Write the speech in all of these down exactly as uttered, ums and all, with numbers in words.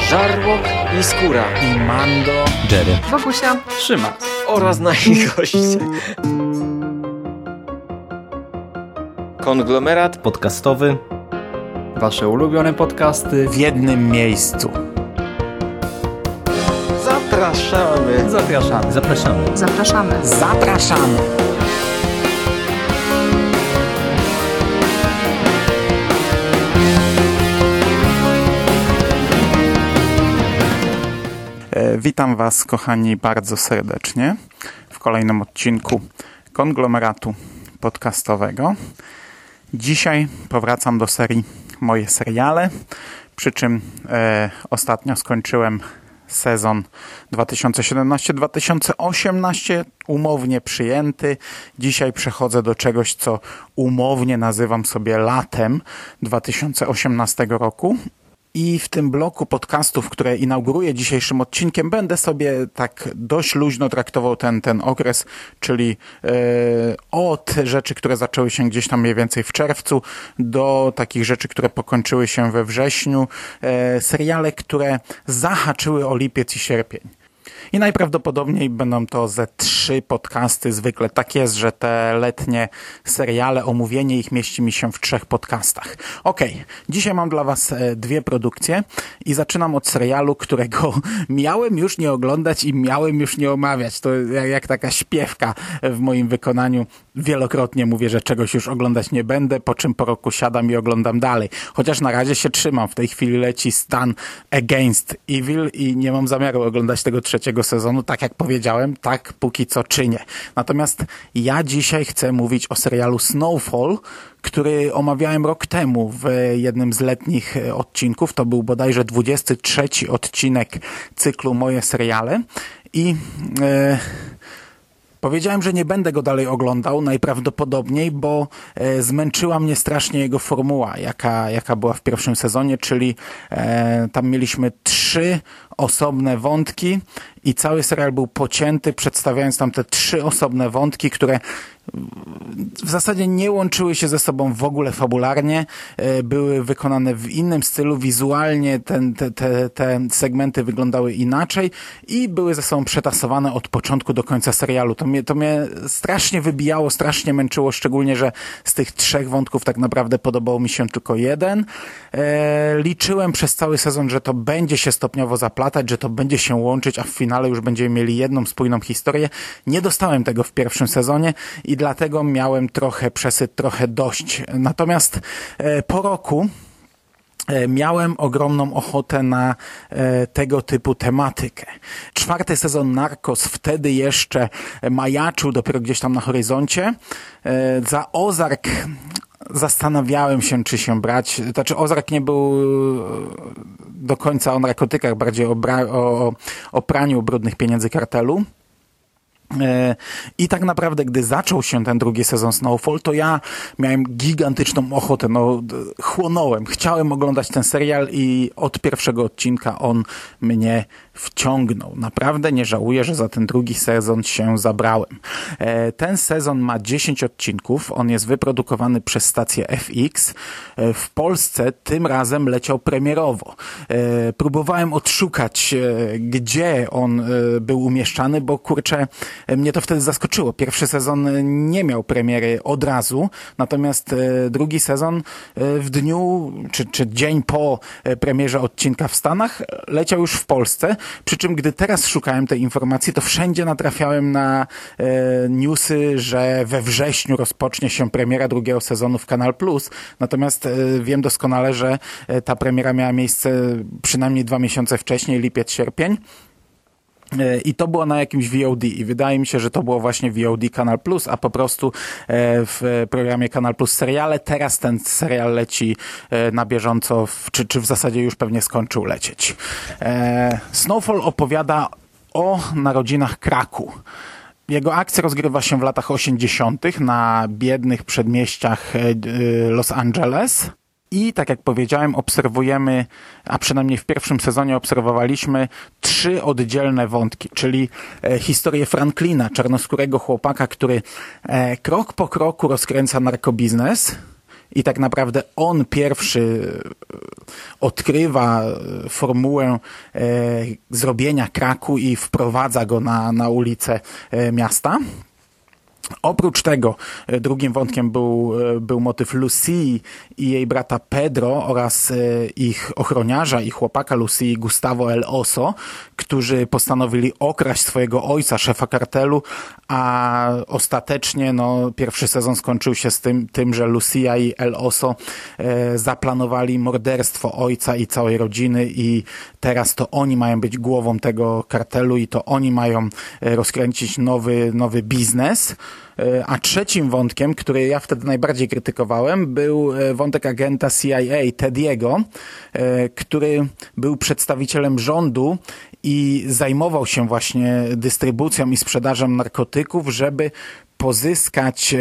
Żarłok i Skóra i Mando, Jerry, Wokusia, Szymas oraz nasi goście. Konglomerat podcastowy. Wasze ulubione podcasty w jednym miejscu. Zapraszamy. Zapraszamy. Zapraszamy. zapraszamy. Zapraszamy. Witam Was, kochani, bardzo serdecznie w kolejnym odcinku Konglomeratu podcastowego. Dzisiaj powracam do serii Moje seriale, przy czym e, ostatnio skończyłem sezon dwa tysiące siedemnasty dwa tysiące osiemnaście, umownie przyjęty. Dzisiaj przechodzę do czegoś, co umownie nazywam sobie latem dwa tysiące osiemnastego roku. I w tym bloku podcastów, które inauguruję dzisiejszym odcinkiem, będę sobie tak dość luźno traktował ten, ten okres, czyli yy, od rzeczy, które zaczęły się gdzieś tam mniej więcej w czerwcu, do takich rzeczy, które pokończyły się we wrześniu, yy, seriale, które zahaczyły o lipiec i sierpień. I najprawdopodobniej będą to ze trzy podcasty. Zwykle tak jest, że te letnie seriale, omówienie ich mieści mi się w trzech podcastach. Okej, okay. Dzisiaj mam dla Was dwie produkcje i zaczynam od serialu, którego miałem już nie oglądać i miałem już nie omawiać. To jak taka śpiewka w moim wykonaniu. Wielokrotnie mówię, że czegoś już oglądać nie będę, po czym po roku siadam i oglądam dalej. Chociaż na razie się trzymam. W tej chwili leci Stan Against Evil i nie mam zamiaru oglądać tego trzeciego sezonu. Tak jak powiedziałem, tak póki co czynię. Natomiast ja dzisiaj chcę mówić o serialu Snowfall, który omawiałem rok temu w jednym z letnich odcinków. To był bodajże dwudziesty trzeci odcinek cyklu Moje seriale. I... Yy, Powiedziałem, że nie będę go dalej oglądał najprawdopodobniej, bo e, zmęczyła mnie strasznie jego formuła, jaka, jaka była w pierwszym sezonie, czyli e, tam mieliśmy trzy osobne wątki i cały serial był pocięty, przedstawiając tam te trzy osobne wątki, które w zasadzie nie łączyły się ze sobą w ogóle fabularnie, były wykonane w innym stylu, wizualnie ten, te, te, te segmenty wyglądały inaczej i były ze sobą przetasowane od początku do końca serialu. To mnie, to mnie strasznie wybijało, strasznie męczyło, szczególnie, że z tych trzech wątków tak naprawdę podobał mi się tylko jeden. E, liczyłem przez cały sezon, że to będzie się stopniowo zaplatać, że to będzie się łączyć, a w finale już będziemy mieli jedną spójną historię. Nie dostałem tego w pierwszym sezonie i dlatego miałem trochę przesyt, trochę dość. Natomiast e, po roku e, miałem ogromną ochotę na e, tego typu tematykę. Czwarty sezon Narcos wtedy jeszcze majaczył dopiero gdzieś tam na horyzoncie. E, za Ozark zastanawiałem się, czy się brać. Znaczy Ozark nie był do końca o narkotykach, bardziej o, bra- o, o praniu brudnych pieniędzy kartelu. I tak naprawdę, gdy zaczął się ten drugi sezon Snowfall, to ja miałem gigantyczną ochotę, no chłonąłem, chciałem oglądać ten serial i od pierwszego odcinka on mnie wciągnął. Naprawdę nie żałuję, że za ten drugi sezon się zabrałem. Ten sezon ma dziesięć odcinków, on jest wyprodukowany przez stację F X. W Polsce tym razem leciał premierowo. Próbowałem odszukać, gdzie on był umieszczany, bo kurczę, mnie to wtedy zaskoczyło. Pierwszy sezon nie miał premiery od razu, natomiast drugi sezon w dniu, czy, czy dzień po premierze odcinka w Stanach leciał już w Polsce, przy czym gdy teraz szukałem tej informacji, to wszędzie natrafiałem na e, newsy, że we wrześniu rozpocznie się premiera drugiego sezonu w Kanal Plus, natomiast e, wiem doskonale, że e, ta premiera miała miejsce przynajmniej dwa miesiące wcześniej, lipiec, sierpień. I to było na jakimś V O D i wydaje mi się, że to było właśnie V O D Kanal Plus, a po prostu w programie Kanal Plus seriale. Teraz ten serial leci na bieżąco, czy, czy w zasadzie już pewnie skończył lecieć. Snowfall opowiada o narodzinach Kraku. Jego akcja rozgrywa się w latach osiemdziesiątych na biednych przedmieściach Los Angeles. I tak jak powiedziałem, obserwujemy, a przynajmniej w pierwszym sezonie obserwowaliśmy trzy oddzielne wątki, czyli e, historię Franklina, czarnoskórego chłopaka, który e, krok po kroku rozkręca narkobiznes i tak naprawdę on pierwszy odkrywa formułę e, zrobienia kraku i wprowadza go na, na ulicę e, miasta. Oprócz tego drugim wątkiem był, był motyw Lucii i jej brata Pedro oraz ich ochroniarza i chłopaka Lucii, Gustavo El Oso, którzy postanowili okraść swojego ojca, szefa kartelu, a ostatecznie no, pierwszy sezon skończył się z tym, tym że Lucia i El Oso e, zaplanowali morderstwo ojca i całej rodziny i teraz to oni mają być głową tego kartelu i to oni mają rozkręcić nowy, nowy biznes. A trzecim wątkiem, który ja wtedy najbardziej krytykowałem, był wątek agenta C I A, Tediego, który był przedstawicielem rządu i zajmował się właśnie dystrybucją i sprzedażą narkotyków, żeby pozyskać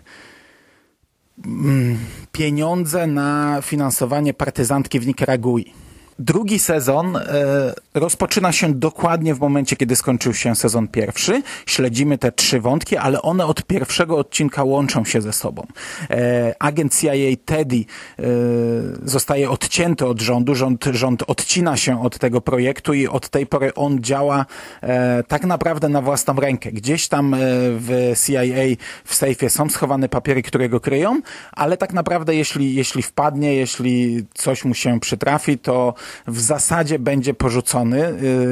pieniądze na finansowanie partyzantki w Nikaragui. Drugi sezon e, rozpoczyna się dokładnie w momencie, kiedy skończył się sezon pierwszy. Śledzimy te trzy wątki, ale one od pierwszego odcinka łączą się ze sobą. E, agent C I A Teddy e, zostaje odcięty od rządu. Rząd, rząd odcina się od tego projektu i od tej pory on działa e, tak naprawdę na własną rękę. Gdzieś tam e, w C I A w sejfie są schowane papiery, które go kryją, ale tak naprawdę jeśli, jeśli wpadnie, jeśli coś mu się przytrafi, to w zasadzie będzie porzucony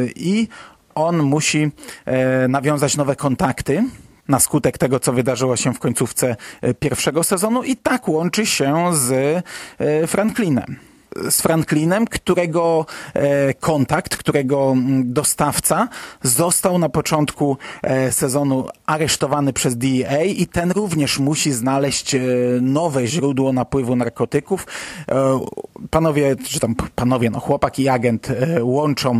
i on musi nawiązać nowe kontakty na skutek tego, co wydarzyło się w końcówce pierwszego sezonu i tak łączy się z Franklinem. Z Franklinem, którego e, kontakt, którego dostawca został na początku e, sezonu aresztowany przez D E A i ten również musi znaleźć e, nowe źródło napływu narkotyków. E, panowie, czy tam panowie, no chłopak i agent e, łączą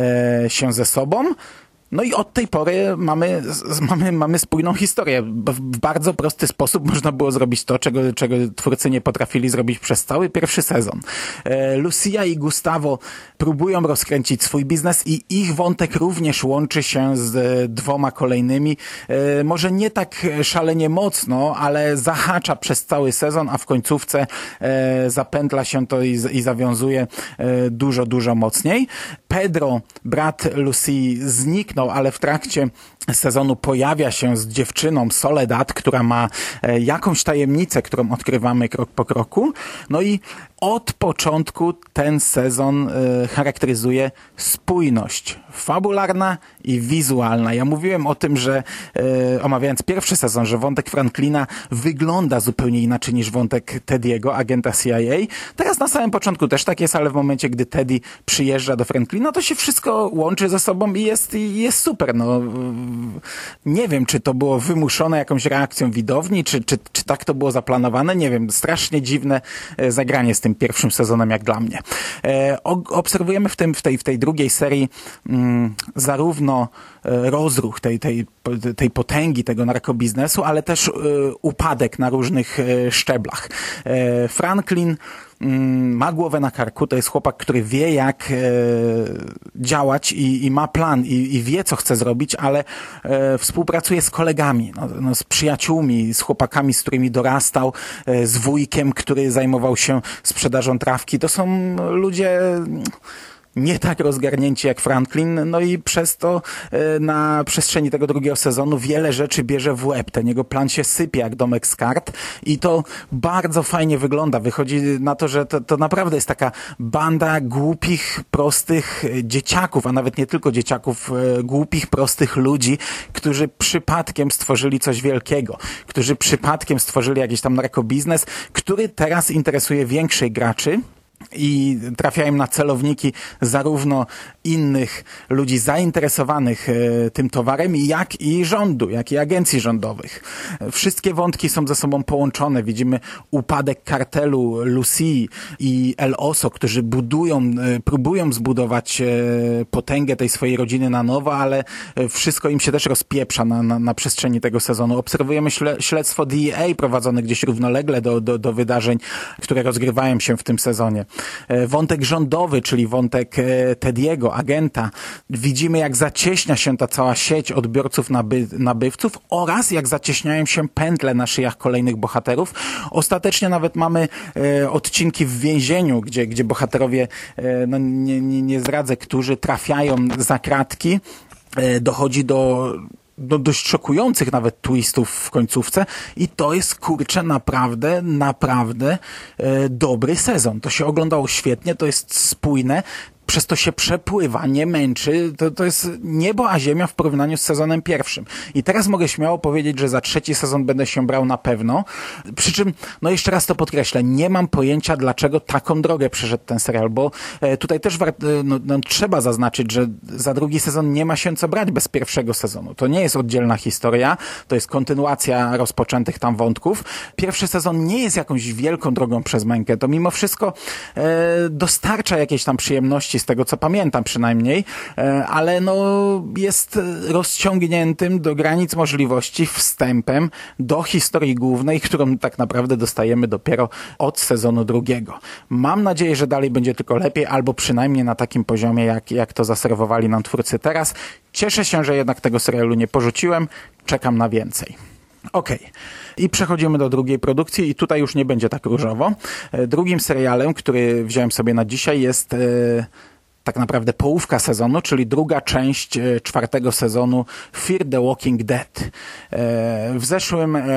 e, się ze sobą. No i od tej pory mamy, mamy, mamy spójną historię. W bardzo prosty sposób można było zrobić to, czego, czego twórcy nie potrafili zrobić przez cały pierwszy sezon. Lucia i Gustavo próbują rozkręcić swój biznes i ich wątek również łączy się z dwoma kolejnymi. Może nie tak szalenie mocno, ale zahacza przez cały sezon, a w końcówce zapętla się to i, i zawiązuje dużo, dużo mocniej. Pedro, brat Lucii, zniknął, ale w trakcie sezonu pojawia się z dziewczyną Soledad, która ma jakąś tajemnicę, którą odkrywamy krok po kroku. No i od początku ten sezon y, charakteryzuje spójność fabularna i wizualna. Ja mówiłem o tym, że y, omawiając pierwszy sezon, że wątek Franklina wygląda zupełnie inaczej niż wątek Tediego, agenta C I A. Teraz na samym początku też tak jest, ale w momencie, gdy Teddy przyjeżdża do Franklina, to się wszystko łączy ze sobą i jest, i jest super. No, nie wiem, czy to było wymuszone jakąś reakcją widowni, czy, czy, czy tak to było zaplanowane. Nie wiem, strasznie dziwne zagranie z tym pierwszym sezonem jak dla mnie. E, obserwujemy w tym, w tej, w tej drugiej serii mm, zarówno rozruch tej, tej, tej potęgi tego narkobiznesu, ale też y, upadek na różnych y, szczeblach. E, Franklin ma głowę na karku, to jest chłopak, który wie jak e, działać i, i ma plan i, i wie co chce zrobić, ale e, współpracuje z kolegami, no, no, z przyjaciółmi, z chłopakami, z którymi dorastał, e, z wujkiem, który zajmował się sprzedażą trawki. To są ludzie nie tak rozgarnięci jak Franklin, no i przez to e, na przestrzeni tego drugiego sezonu wiele rzeczy bierze w łeb. Ten jego plan się sypie jak domek z kart i to bardzo fajnie wygląda. Wychodzi na to, że to, to naprawdę jest taka banda głupich, prostych dzieciaków, a nawet nie tylko dzieciaków, e, głupich, prostych ludzi, którzy przypadkiem stworzyli coś wielkiego, którzy przypadkiem stworzyli jakiś tam narkobiznes, który teraz interesuje większych graczy i trafiają na celowniki zarówno innych ludzi zainteresowanych e, tym towarem, jak i rządu, jak i agencji rządowych. Wszystkie wątki są ze sobą połączone. Widzimy upadek kartelu Lucii i El Oso, którzy budują, e, próbują zbudować e, potęgę tej swojej rodziny na nowo, ale wszystko im się też rozpieprza na, na, na przestrzeni tego sezonu. Obserwujemy śle, śledztwo D E A prowadzone gdzieś równolegle do, do, do wydarzeń, które rozgrywają się w tym sezonie. Wątek rządowy, czyli wątek Tediego, agenta. Widzimy, jak zacieśnia się ta cała sieć odbiorców, naby, nabywców oraz jak zacieśniają się pętle na szyjach kolejnych bohaterów. Ostatecznie nawet mamy e, odcinki w więzieniu, gdzie, gdzie bohaterowie, e, no nie, nie, nie zdradzę, którzy trafiają za kratki. E, dochodzi do do dość szokujących nawet twistów w końcówce i to jest, kurczę, naprawdę, naprawdę e, dobry sezon. To się oglądało świetnie, to jest spójne, przez to się przepływa, nie męczy. To, to jest niebo a ziemia w porównaniu z sezonem pierwszym. I teraz mogę śmiało powiedzieć, że za trzeci sezon będę się brał na pewno. Przy czym, no jeszcze raz to podkreślę, nie mam pojęcia, dlaczego taką drogę przeszedł ten serial, bo e, tutaj też war, no, no, trzeba zaznaczyć, że za drugi sezon nie ma się co brać bez pierwszego sezonu. To nie jest oddzielna historia, to jest kontynuacja rozpoczętych tam wątków. Pierwszy sezon nie jest jakąś wielką drogą przez mękę. To mimo wszystko e, dostarcza jakiejś tam przyjemności z tego, co pamiętam przynajmniej, ale no jest rozciągniętym do granic możliwości wstępem do historii głównej, którą tak naprawdę dostajemy dopiero od sezonu drugiego. Mam nadzieję, że dalej będzie tylko lepiej, albo przynajmniej na takim poziomie, jak, jak to zaserwowali nam twórcy teraz. Cieszę się, że jednak tego serialu nie porzuciłem. Czekam na więcej. Okej. Okay. I przechodzimy do drugiej produkcji i tutaj już nie będzie tak różowo. Drugim serialem, który wziąłem sobie na dzisiaj, jest e, tak naprawdę połówka sezonu, czyli druga część e, czwartego sezonu Fear the Walking Dead. E, w zeszłym e,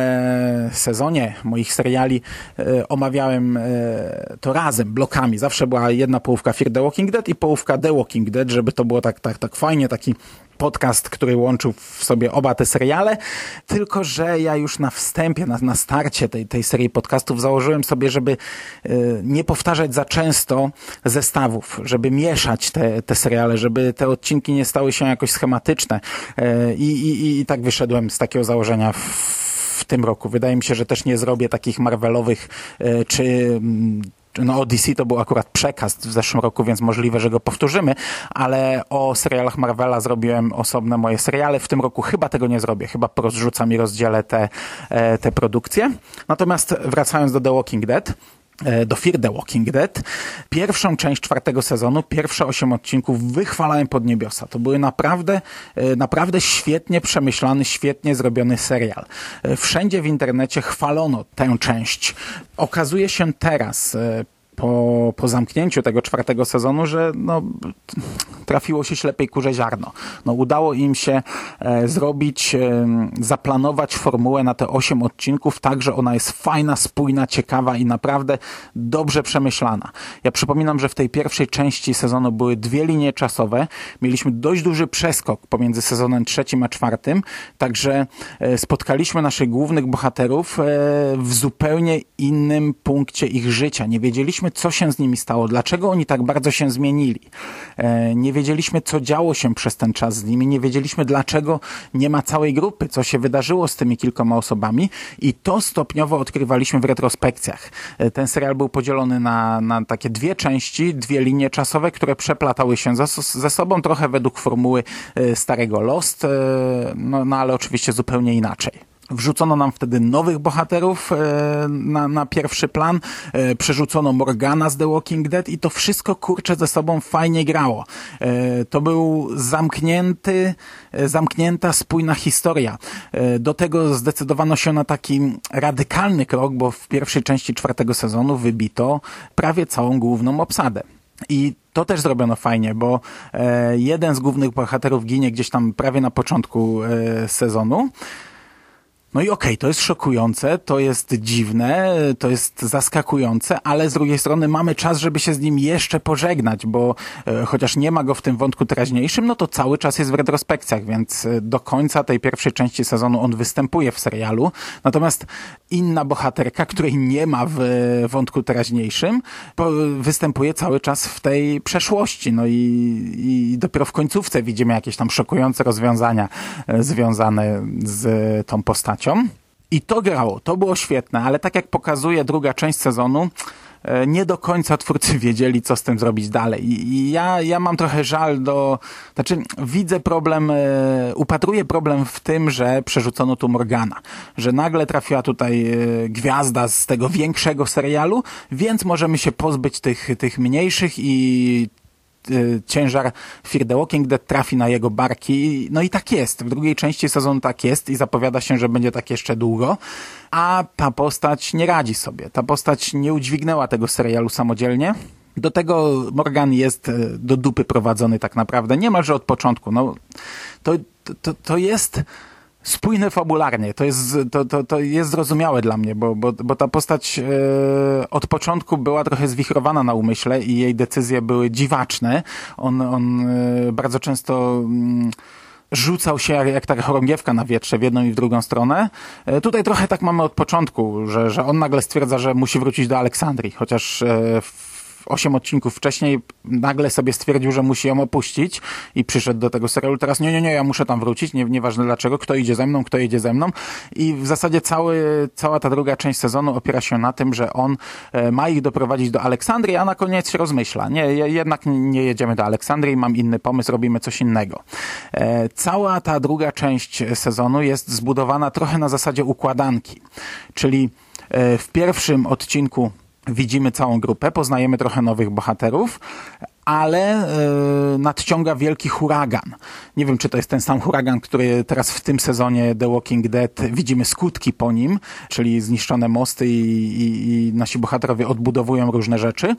sezonie moich seriali e, omawiałem e, to razem, blokami. Zawsze była jedna połówka Fear the Walking Dead i połówka The Walking Dead, żeby to było tak, tak, tak fajnie, taki podcast, który łączył w sobie oba te seriale, tylko że ja już na wstępie, na, na starcie tej, tej serii podcastów założyłem sobie, żeby y, nie powtarzać za często zestawów, żeby mieszać te, te seriale, żeby te odcinki nie stały się jakoś schematyczne y, i, i, i tak wyszedłem z takiego założenia w, w tym roku. Wydaje mi się, że też nie zrobię takich Marvelowych y, czy y, no o D C to był akurat przekaz w zeszłym roku, więc możliwe, że go powtórzymy, ale o serialach Marvela zrobiłem osobne moje seriale. W tym roku chyba tego nie zrobię, chyba porozrzucam i rozdzielę te, te produkcje. Natomiast wracając do The Walking Dead, do Fear the Walking Dead. Pierwszą część czwartego sezonu, pierwsze osiem odcinków wychwalałem pod niebiosa. To były naprawdę, naprawdę świetnie przemyślany, świetnie zrobiony serial. Wszędzie w internecie chwalono tę część. Okazuje się teraz, po, po zamknięciu tego czwartego sezonu, że no, trafiło się ślepej kurze ziarno. No, udało im się e, zrobić, e, zaplanować formułę na te osiem odcinków tak, że ona jest fajna, spójna, ciekawa i naprawdę dobrze przemyślana. Ja przypominam, że w tej pierwszej części sezonu były dwie linie czasowe. Mieliśmy dość duży przeskok pomiędzy sezonem trzecim a czwartym, także e, spotkaliśmy naszych głównych bohaterów e, w zupełnie innym punkcie ich życia. Nie wiedzieliśmy, co się z nimi stało, dlaczego oni tak bardzo się zmienili. E, nie wiedzieliśmy, co działo się przez ten czas z nimi, nie wiedzieliśmy, dlaczego nie ma całej grupy, co się wydarzyło z tymi kilkoma osobami i to stopniowo odkrywaliśmy w retrospekcjach. E, ten serial był podzielony na, na takie dwie części, dwie linie czasowe, które przeplatały się ze, ze sobą, trochę według formuły e, starego Lost, e, no, no ale oczywiście zupełnie inaczej. Wrzucono nam wtedy nowych bohaterów e, na, na pierwszy plan, e, przerzucono Morgana z The Walking Dead i to wszystko, kurczę, ze sobą fajnie grało. E, to był zamknięty, e, zamknięta, spójna historia. E, do tego zdecydowano się na taki radykalny krok, bo w pierwszej części czwartego sezonu wybito prawie całą główną obsadę. I to też zrobiono fajnie, bo e, jeden z głównych bohaterów ginie gdzieś tam prawie na początku e, sezonu. No i okej, okay, to jest szokujące, to jest dziwne, to jest zaskakujące, ale z drugiej strony mamy czas, żeby się z nim jeszcze pożegnać, bo e, chociaż nie ma go w tym wątku teraźniejszym, no to cały czas jest w retrospekcjach, więc do końca tej pierwszej części sezonu on występuje w serialu. Natomiast inna bohaterka, której nie ma w wątku teraźniejszym, bo występuje cały czas w tej przeszłości. No i, i dopiero w końcówce widzimy jakieś tam szokujące rozwiązania e, związane z tą postacią. I to grało, to było świetne, ale tak jak pokazuje druga część sezonu, nie do końca twórcy wiedzieli, co z tym zrobić dalej. I ja, ja mam trochę żal do... Znaczy, widzę problem, upatruję problem w tym, że przerzucono tu Morgana. Że nagle trafiła tutaj gwiazda z tego większego serialu, więc możemy się pozbyć tych, tych mniejszych i ciężar Fear the Walking Dead trafi na jego barki. No i tak jest. W drugiej części sezonu tak jest i zapowiada się, że będzie tak jeszcze długo. A ta postać nie radzi sobie. Ta postać nie udźwignęła tego serialu samodzielnie. Do tego Morgan jest do dupy prowadzony tak naprawdę. Niemalże od początku. No, to, to, to jest... spójne fabularnie, to jest, to, to, to jest zrozumiałe dla mnie, bo, bo, bo ta postać e, od początku była trochę zwichrowana na umyśle i jej decyzje były dziwaczne. On, on e, bardzo często mm, rzucał się jak, jak taka chorągiewka na wietrze w jedną i w drugą stronę. E, tutaj trochę tak mamy od początku, że, że on nagle stwierdza, że musi wrócić do Aleksandrii, chociaż e, w osiem odcinków wcześniej nagle sobie stwierdził, że musi ją opuścić i przyszedł do tego serialu. Teraz nie, nie, nie, ja muszę tam wrócić, nie, nieważne dlaczego, kto idzie ze mną, kto jedzie ze mną. I w zasadzie cały, cała ta druga część sezonu opiera się na tym, że on e, ma ich doprowadzić do Aleksandrii, a na koniec się rozmyśla. Nie, jednak nie jedziemy do Aleksandrii, mam inny pomysł, robimy coś innego. E, cała ta druga część sezonu jest zbudowana trochę na zasadzie układanki, czyli e, w pierwszym odcinku widzimy całą grupę, poznajemy trochę nowych bohaterów, ale yy, nadciąga wielki huragan. Nie wiem, czy to jest ten sam huragan, który teraz w tym sezonie The Walking Dead widzimy skutki po nim, czyli zniszczone mosty i, i, i nasi bohaterowie odbudowują różne rzeczy.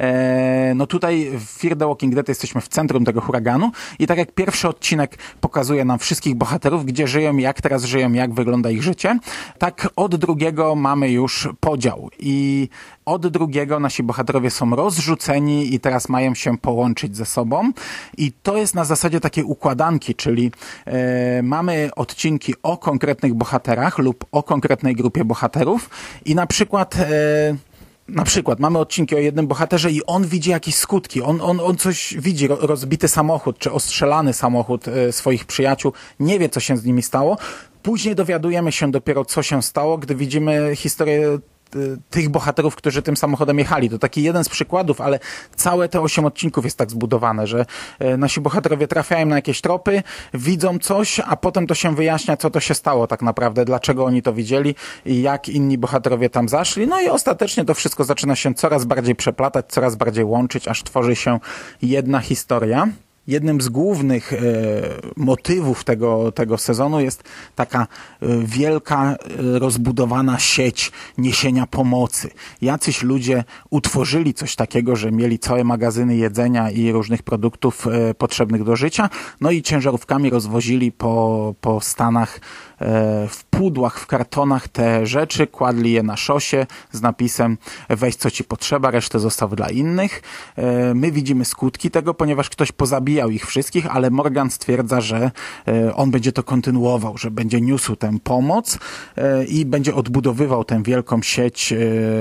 E, no tutaj w Fear the Walking Dead jesteśmy w centrum tego huraganu i tak jak pierwszy odcinek pokazuje nam wszystkich bohaterów, gdzie żyją, jak teraz żyją, jak wygląda ich życie, tak od drugiego mamy już podział i od drugiego nasi bohaterowie są rozrzuceni i teraz mają się połączyć ze sobą i to jest na zasadzie takiej układanki, czyli e, mamy odcinki o konkretnych bohaterach lub o konkretnej grupie bohaterów i na przykład e, na przykład mamy odcinki o jednym bohaterze i on widzi jakieś skutki, on, on, on coś widzi, rozbity samochód czy ostrzelany samochód e, swoich przyjaciół, nie wie co się z nimi stało, później dowiadujemy się dopiero co się stało, gdy widzimy historię tych bohaterów, którzy tym samochodem jechali. To taki jeden z przykładów, ale całe te osiem odcinków jest tak zbudowane, że nasi bohaterowie trafiają na jakieś tropy, widzą coś, a potem to się wyjaśnia, co to się stało tak naprawdę, dlaczego oni to widzieli i jak inni bohaterowie tam zaszli. No i ostatecznie to wszystko zaczyna się coraz bardziej przeplatać, coraz bardziej łączyć, aż tworzy się jedna historia. Jednym z głównych e, motywów tego, tego sezonu jest taka e, wielka, e, rozbudowana sieć niesienia pomocy. Jacyś ludzie utworzyli coś takiego, że mieli całe magazyny jedzenia i różnych produktów e, potrzebnych do życia, no i ciężarówkami rozwozili po, po Stanach e, w pudłach, w kartonach te rzeczy, kładli je na szosie z napisem weź co ci potrzeba, resztę zostaw dla innych. E, my widzimy skutki tego, ponieważ ktoś pozabijał ich wszystkich, ale Morgan stwierdza, że e, on będzie to kontynuował, że będzie niósł tę pomoc e, i będzie odbudowywał tę wielką sieć e,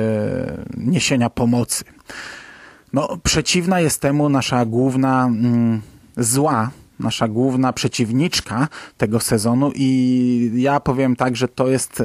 niesienia pomocy. No, przeciwna jest temu nasza główna mm, zła, nasza główna przeciwniczka tego sezonu i ja powiem tak, że to jest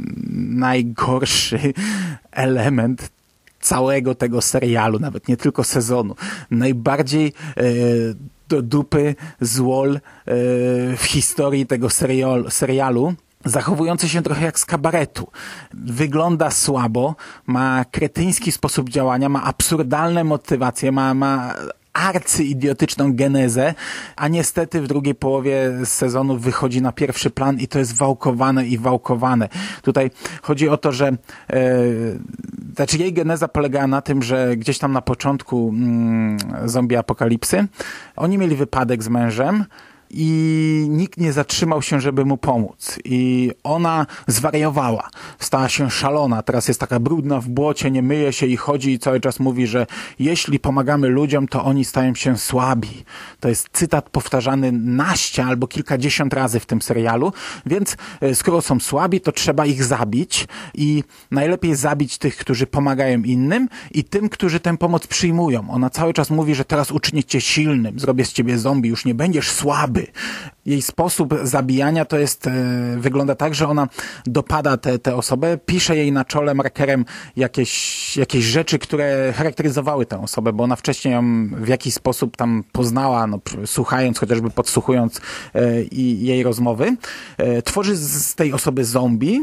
najgorszy element całego tego serialu, nawet nie tylko sezonu. Najbardziej e, do dupy złol e, w historii tego serial, serialu, zachowujący się trochę jak z kabaretu. Wygląda słabo, ma kretyński sposób działania, ma absurdalne motywacje, ma, ma arcyidiotyczną genezę, a niestety w drugiej połowie sezonu wychodzi na pierwszy plan i to jest wałkowane i wałkowane. Tutaj chodzi o to, że e, znaczy jej geneza polegała na tym, że gdzieś tam na początku mm, zombie apokalipsy oni mieli wypadek z mężem i nikt nie zatrzymał się, żeby mu pomóc. I ona zwariowała. Stała się szalona. Teraz jest taka brudna w błocie, nie myje się i chodzi i cały czas mówi, że jeśli pomagamy ludziom, to oni stają się słabi. To jest cytat powtarzany naście albo kilkadziesiąt razy w tym serialu, więc skoro są słabi, to trzeba ich zabić i najlepiej zabić tych, którzy pomagają innym i tym, którzy tę pomoc przyjmują. Ona cały czas mówi, że teraz uczynię cię silnym, zrobię z ciebie zombie, już nie będziesz słaby. ryby. Jej sposób zabijania to jest, e, wygląda tak, że ona dopada tę te, te osobę, pisze jej na czole markerem jakieś, jakieś rzeczy, które charakteryzowały tę osobę, bo ona wcześniej ją w jakiś sposób tam poznała, no, słuchając, chociażby podsłuchując e, i jej rozmowy. E, tworzy z, z tej osoby zombie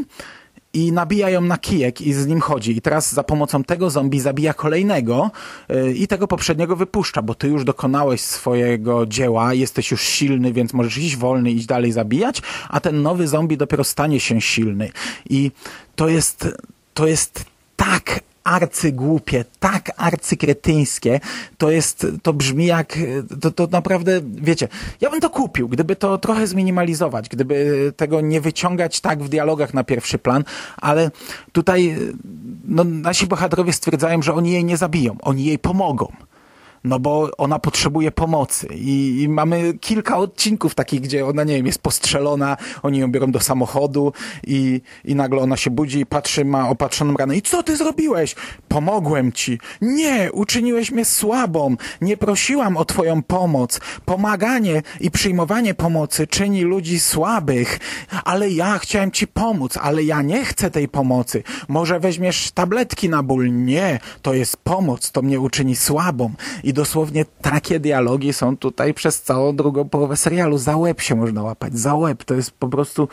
i nabija ją na kijek i z nim chodzi. I teraz za pomocą tego zombie zabija kolejnego yy, i tego poprzedniego wypuszcza, bo ty już dokonałeś swojego dzieła, jesteś już silny, więc możesz iść wolny, iść dalej zabijać, a ten nowy zombie dopiero stanie się silny. I to jest, to jest tak arcygłupie, tak arcykretyńskie, to jest, to brzmi jak, to, to naprawdę, wiecie, ja bym to kupił, gdyby to trochę zminimalizować, gdyby tego nie wyciągać tak w dialogach na pierwszy plan, ale tutaj no, nasi bohaterowie stwierdzają, że oni jej nie zabiją, oni jej pomogą. No bo ona potrzebuje pomocy I, i mamy kilka odcinków takich, gdzie ona, nie wiem, jest postrzelona, oni ją biorą do samochodu i, i nagle ona się budzi i patrzy, ma opatrzoną ranę. I co ty zrobiłeś? Pomogłem ci. Nie, uczyniłeś mnie słabą. Nie prosiłam o twoją pomoc. Pomaganie i przyjmowanie pomocy czyni ludzi słabych. Ale ja chciałem ci pomóc, ale ja nie chcę tej pomocy. Może weźmiesz tabletki na ból? Nie, to jest pomoc, to mnie uczyni słabą. I dosłownie takie dialogi są tutaj przez całą drugą połowę serialu. Za łeb się można łapać, za łeb. To jest po prostu,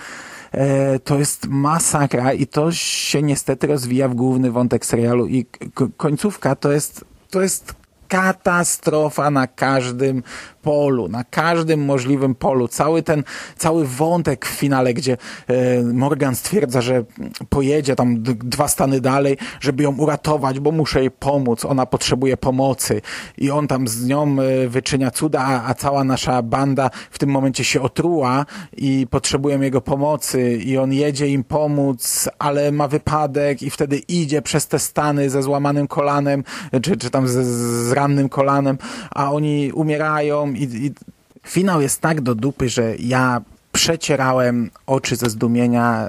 e, to jest masakra i to się niestety rozwija w główny wątek serialu i k- końcówka to jest, to jest katastrofa na każdym polu, na każdym możliwym polu. Cały ten, cały wątek w finale, gdzie e, Morgan stwierdza, że pojedzie tam d- dwa stany dalej, żeby ją uratować, bo muszę jej pomóc, ona potrzebuje pomocy i on tam z nią e, wyczynia cuda, a, a cała nasza banda w tym momencie się otruła i potrzebują jego pomocy i on jedzie im pomóc, ale ma wypadek i wtedy idzie przez te stany ze złamanym kolanem, czy, czy tam z, z rannym kolanem, a oni umierają i, i finał jest tak do dupy, że ja przecierałem oczy ze zdumienia,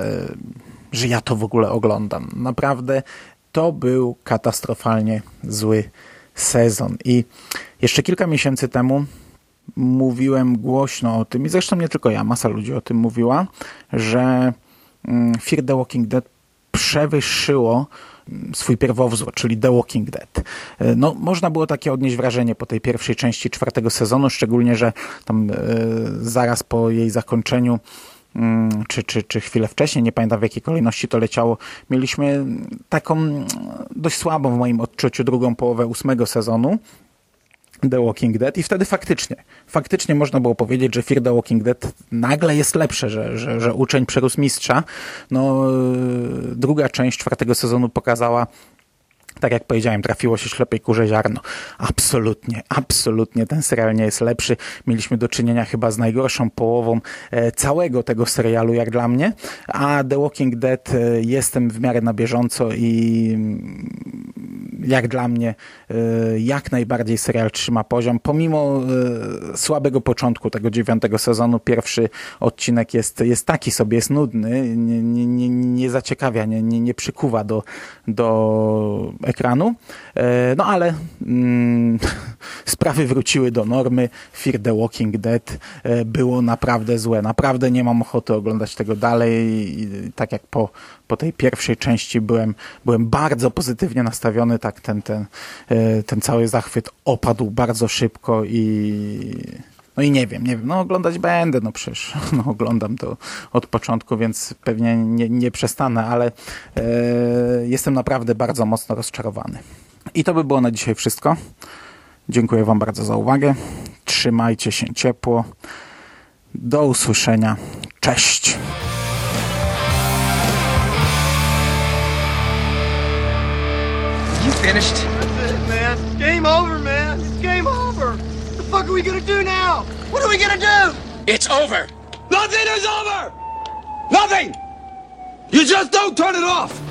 że ja to w ogóle oglądam. Naprawdę to był katastrofalnie zły sezon. I jeszcze kilka miesięcy temu mówiłem głośno o tym, i zresztą nie tylko ja, masa ludzi o tym mówiła, że Fear the Walking Dead przewyższyło swój pierwowzór, czyli The Walking Dead. No, można było takie odnieść wrażenie po tej pierwszej części czwartego sezonu, szczególnie, że tam e, zaraz po jej zakończeniu mm, czy, czy, czy chwilę wcześniej, nie pamiętam w jakiej kolejności to leciało, mieliśmy taką dość słabą w moim odczuciu drugą połowę ósmego sezonu The Walking Dead i wtedy faktycznie, faktycznie można było powiedzieć, że Fear the Walking Dead nagle jest lepsze, że, że, że uczeń przerósł mistrza. No, druga część czwartego sezonu pokazała, tak jak powiedziałem, trafiło się ślepej kurze ziarno. Absolutnie, absolutnie ten serial nie jest lepszy. Mieliśmy do czynienia chyba z najgorszą połową e, całego tego serialu, jak dla mnie, a The Walking Dead e, jestem w miarę na bieżąco i jak dla mnie e, jak najbardziej serial trzyma poziom. Pomimo e, słabego początku tego dziewiątego sezonu, pierwszy odcinek jest, jest taki sobie, jest nudny, nie, nie, nie, nie zaciekawia, nie, nie, nie przykuwa do, do ekranu, no ale mm, sprawy wróciły do normy. Fear the Walking Dead było naprawdę złe. Naprawdę nie mam ochoty oglądać tego dalej. I tak jak po, po tej pierwszej części byłem, byłem bardzo pozytywnie nastawiony, tak ten, ten, ten cały zachwyt opadł bardzo szybko i no i nie wiem, nie wiem, no oglądać będę, no przecież no, oglądam to od początku, więc pewnie nie, nie przestanę, ale e, jestem naprawdę bardzo mocno rozczarowany. I to by było na dzisiaj wszystko. Dziękuję wam bardzo za uwagę. Trzymajcie się ciepło. Do usłyszenia. Cześć! You finished? That's it, man. Game over, man. It's game over. What the fuck are we gonna do now? What are we gonna do? It's over! Nothing is over! Nothing! You just don't turn it off!